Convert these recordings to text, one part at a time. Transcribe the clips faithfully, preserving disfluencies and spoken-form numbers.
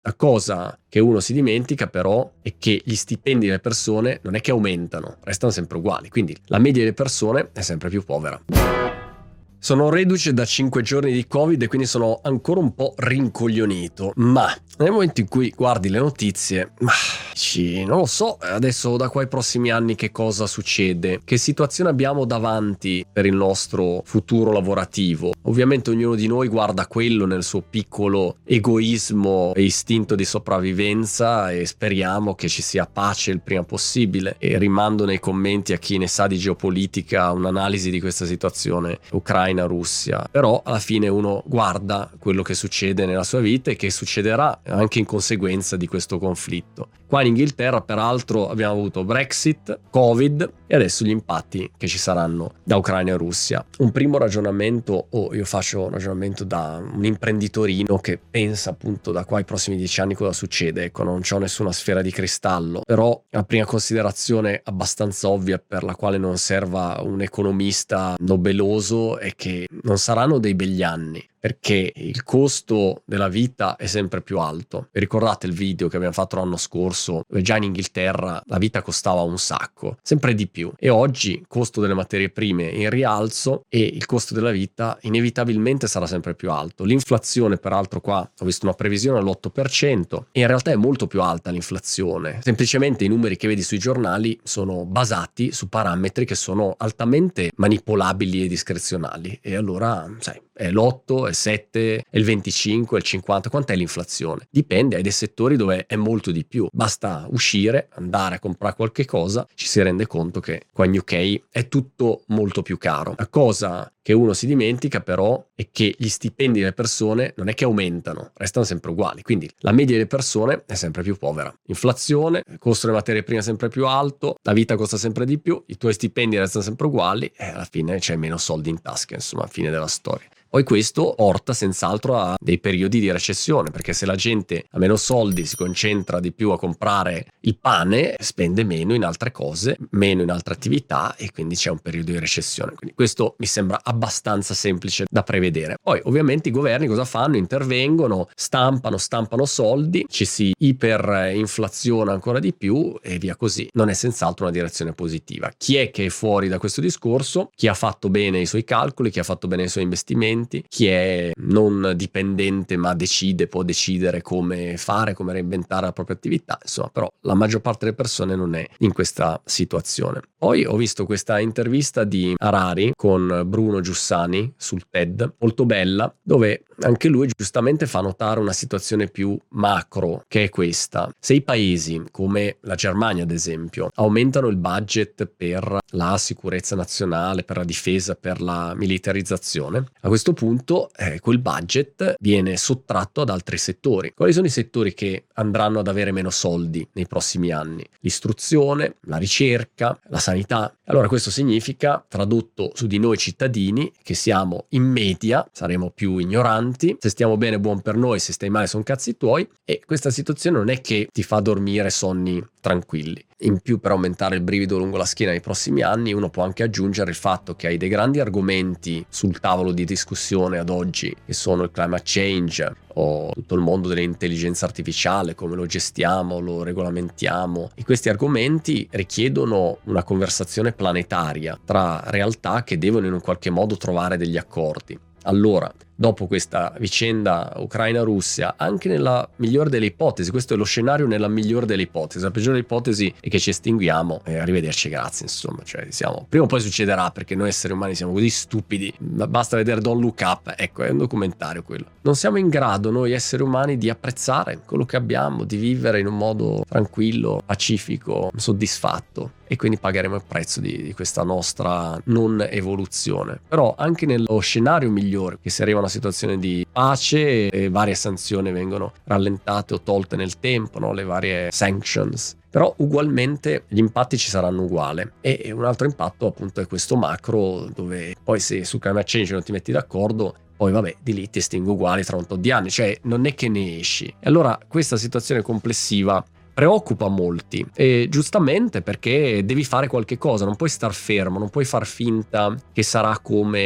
La cosa che uno si dimentica però è che gli stipendi delle persone non è che aumentano, restano sempre uguali, quindi la media delle persone è sempre più povera. Sono reduce da cinque giorni di Covid e quindi sono ancora un po' rincoglionito, ma nel momento in cui guardi le notizie, ma dici, non lo so, adesso da qua ai prossimi anni che cosa succede, che situazione abbiamo davanti per il nostro futuro lavorativo. Ovviamente ognuno di noi guarda quello nel suo piccolo egoismo e istinto di sopravvivenza e speriamo che ci sia pace il prima possibile, e rimando nei commenti a chi ne sa di geopolitica un'analisi di questa situazione Ucraina-Russia. Però alla fine uno guarda quello che succede nella sua vita e che succederà anche in conseguenza di questo conflitto. Qua in Inghilterra peraltro abbiamo avuto Brexit, Covid e adesso gli impatti che ci saranno da Ucraina e Russia. Un primo ragionamento, o oh, io faccio un ragionamento da un imprenditorino che pensa appunto da qua ai prossimi dieci anni cosa succede. Ecco, non c'ho nessuna sfera di cristallo, però la prima considerazione abbastanza ovvia per la quale non serva un economista nobeloso è che non saranno dei begli anni, perché il costo della vita è sempre più alto. Vi ricordate il video che abbiamo fatto l'anno scorso, dove già in Inghilterra la vita costava un sacco, sempre di più, e oggi il costo delle materie prime è in rialzo e il costo della vita inevitabilmente sarà sempre più alto. L'inflazione peraltro qua ho visto una previsione all'otto per cento e in realtà è molto più alta l'inflazione, semplicemente i numeri che vedi sui giornali sono basati su parametri che sono altamente manipolabili e discrezionali, e allora sai, è l'otto, è il sette, è il venticinque, è il cinquanta, quant'è l'inflazione? Dipende, hai dei settori dove è molto di più, basta uscire, andare a comprare qualche cosa, ci si rende conto che qua in U K è tutto molto più caro. La cosa che uno si dimentica però è che gli stipendi delle persone non è che aumentano, restano sempre uguali, quindi la media delle persone è sempre più povera. Inflazione, il costo delle materie prime è sempre più alto, la vita costa sempre di più, i tuoi stipendi restano sempre uguali e alla fine c'è meno soldi in tasca, insomma, fine della storia. Poi questo porta senz'altro a dei periodi di recessione, perché se la gente ha meno soldi, si concentra di più a comprare il pane, spende meno in altre cose, meno in altre attività, e quindi c'è un periodo di recessione. Quindi questo mi sembra abbastanza semplice da prevedere. Poi ovviamente i governi cosa fanno? Intervengono, stampano, stampano soldi, ci si iperinflaziona ancora di più e via così. Non è senz'altro una direzione positiva. Chi è che è fuori da questo discorso? Chi ha fatto bene i suoi calcoli, chi ha fatto bene i suoi investimenti, chi è non dipendente ma decide, può decidere come fare, come reinventare la propria attività, insomma, però la maggior parte delle persone non è in questa situazione. Poi ho visto questa intervista di Harari con Bruno Giussani sul TED, molto bella, dove anche lui giustamente fa notare una situazione più macro, che è questa: se i paesi come la Germania ad esempio aumentano il budget per la sicurezza nazionale, per la difesa, per la militarizzazione, a questo punto eh, quel budget viene sottratto ad altri settori. Quali sono i settori che andranno ad avere meno soldi nei prossimi anni? L'istruzione, la ricerca, la sanità. Allora questo significa, tradotto su di noi cittadini, che siamo in media, saremo più ignoranti, se stiamo bene buon per noi, se stai male sono cazzi tuoi, e questa situazione non è che ti fa dormire sonni tranquilli. In più, per aumentare il brivido lungo la schiena nei prossimi anni, uno può anche aggiungere il fatto che hai dei grandi argomenti sul tavolo di discussione ad oggi, che sono il climate change o tutto il mondo dell'intelligenza artificiale, come lo gestiamo, lo regolamentiamo, e questi argomenti richiedono una conversazione planetaria tra realtà che devono in un qualche modo trovare degli accordi. Allora, dopo questa vicenda Ucraina-Russia, anche nella migliore delle ipotesi, questo è lo scenario nella migliore delle ipotesi, la peggiore ipotesi è che ci estinguiamo e arrivederci, grazie, insomma, cioè siamo, prima o poi succederà, perché noi esseri umani siamo così stupidi, basta vedere Don't Look Up, ecco, è un documentario quello. Non siamo in grado noi esseri umani di apprezzare quello che abbiamo, di vivere in un modo tranquillo, pacifico, soddisfatto, e quindi pagheremo il prezzo di, di questa nostra non evoluzione. Però anche nello scenario migliore, che si arriva a una situazione di pace e varie sanzioni vengono rallentate o tolte nel tempo, no? Le varie sanctions, però ugualmente gli impatti ci saranno uguali. E un altro impatto appunto è questo macro, dove poi se su climate change non ti metti d'accordo, poi vabbè, di lì ti estingui uguali tra un tot di anni, cioè non è che ne esci. E allora questa situazione complessiva preoccupa molti, e giustamente, perché devi fare qualche cosa, non puoi star fermo, non puoi far finta che sarà come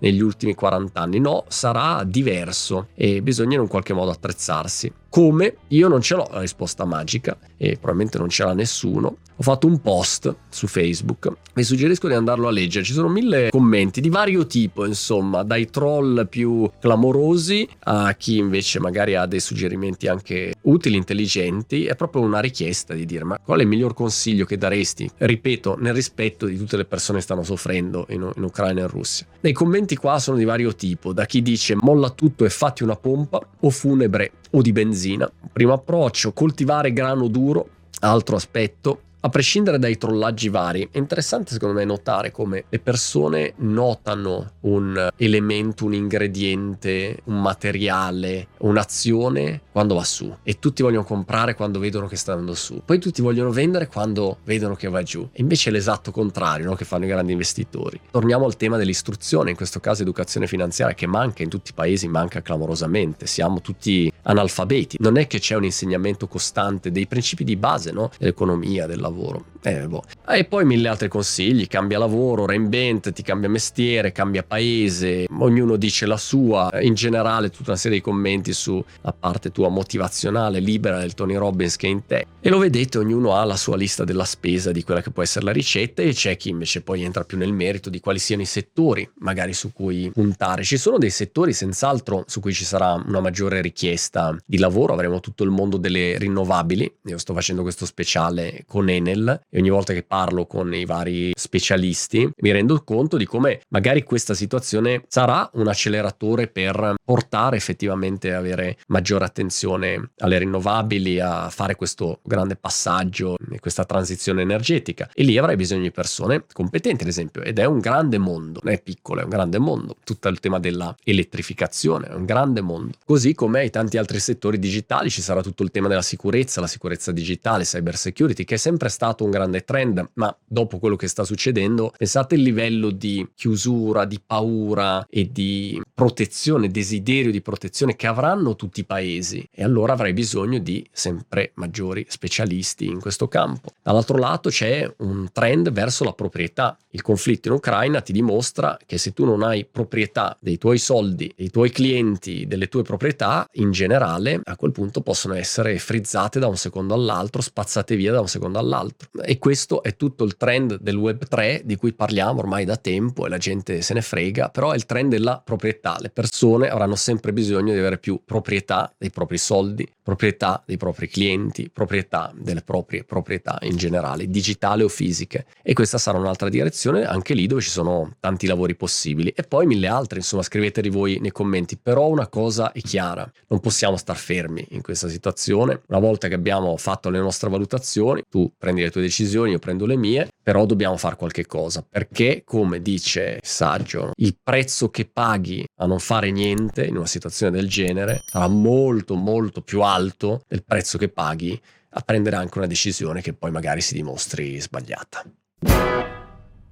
negli ultimi quaranta anni. No, sarà diverso e bisogna in un qualche modo attrezzarsi. Come? Io non ce l'ho la risposta magica e probabilmente non ce l'ha nessuno. Ho fatto un post su Facebook, vi suggerisco di andarlo a leggere, ci sono mille commenti di vario tipo, insomma, dai troll più clamorosi a chi invece magari ha dei suggerimenti anche utili, intelligenti. È proprio una richiesta di dire: ma qual è il miglior consiglio che daresti? Ripeto, nel rispetto di tutte le persone che stanno soffrendo in, in Ucraina e in Russia. Nei commenti qua sono di vario tipo, da chi dice molla tutto e fatti una pompa, o funebre o di benzina. Primo approccio, coltivare grano duro. Altro aspetto, a prescindere dai trollaggi vari, è interessante secondo me notare come le persone notano un elemento, un ingrediente, un materiale, un'azione quando va su, e tutti vogliono comprare quando vedono che sta andando su, poi tutti vogliono vendere quando vedono che va giù, e invece è l'esatto contrario, no? Che fanno i grandi investitori. Torniamo al tema dell'istruzione, in questo caso educazione finanziaria, che manca in tutti i paesi, manca clamorosamente, siamo tutti analfabeti, non è che c'è un insegnamento costante dei principi di base, no? Dell'economia, del lavoro. Eh, boh. E poi mille altri consigli: cambia lavoro, reinventati, cambia mestiere, cambia paese, ognuno dice la sua. In generale tutta una serie di commenti sulla parte tua motivazionale, libera del Tony Robbins che è in te, e lo vedete, ognuno ha la sua lista della spesa di quella che può essere la ricetta, e c'è chi invece poi entra più nel merito di quali siano i settori magari su cui puntare. Ci sono dei settori senz'altro su cui ci sarà una maggiore richiesta di lavoro, avremo tutto il mondo delle rinnovabili. Io sto facendo questo speciale con Enel e ogni volta che parlo con i vari specialisti mi rendo conto di come magari questa situazione sarà un acceleratore per portare effettivamente a avere maggiore attenzione alle rinnovabili, a fare questo grande passaggio e questa transizione energetica, e lì avrai bisogno di persone competenti, ad esempio, ed è un grande mondo, non è piccolo, è un grande mondo. Tutto il tema della elettrificazione è un grande mondo, così come ai tanti altri settori digitali. Ci sarà tutto il tema della sicurezza, la sicurezza digitale, cyber security, che è sempre stato un grande trend, ma dopo quello che sta succedendo, pensate il livello di chiusura, di paura e di protezione, desiderio di protezione che avranno tutti i paesi, e allora avrai bisogno di sempre maggiori specialisti in questo campo. Dall'altro lato c'è un trend verso la proprietà. Il conflitto in Ucraina ti dimostra che se tu non hai proprietà dei tuoi soldi, dei tuoi clienti, delle tue proprietà in generale, a quel punto possono essere frizzate da un secondo all'altro, spazzate via da un secondo all'altro. E questo è tutto il trend del web tre di cui parliamo ormai da tempo e la gente se ne frega, però è il trend della proprietà. Le persone avranno sempre bisogno di avere più proprietà dei propri soldi, proprietà dei propri clienti, proprietà delle proprie proprietà in generale, digitali o fisiche, e questa sarà un'altra direzione, anche lì dove ci sono tanti lavori possibili, e poi mille altri. Insomma, scriveteli voi nei commenti. Però una cosa è chiara: non possiamo star fermi in questa situazione. Una volta che abbiamo fatto le nostre valutazioni, tu prendi le tue decisioni, io prendo le mie, però dobbiamo fare qualche cosa, perché, come dice il saggio, il prezzo che paghi a non fare niente in una situazione del genere sarà molto molto più alto del prezzo che paghi a prendere anche una decisione che poi magari si dimostri sbagliata.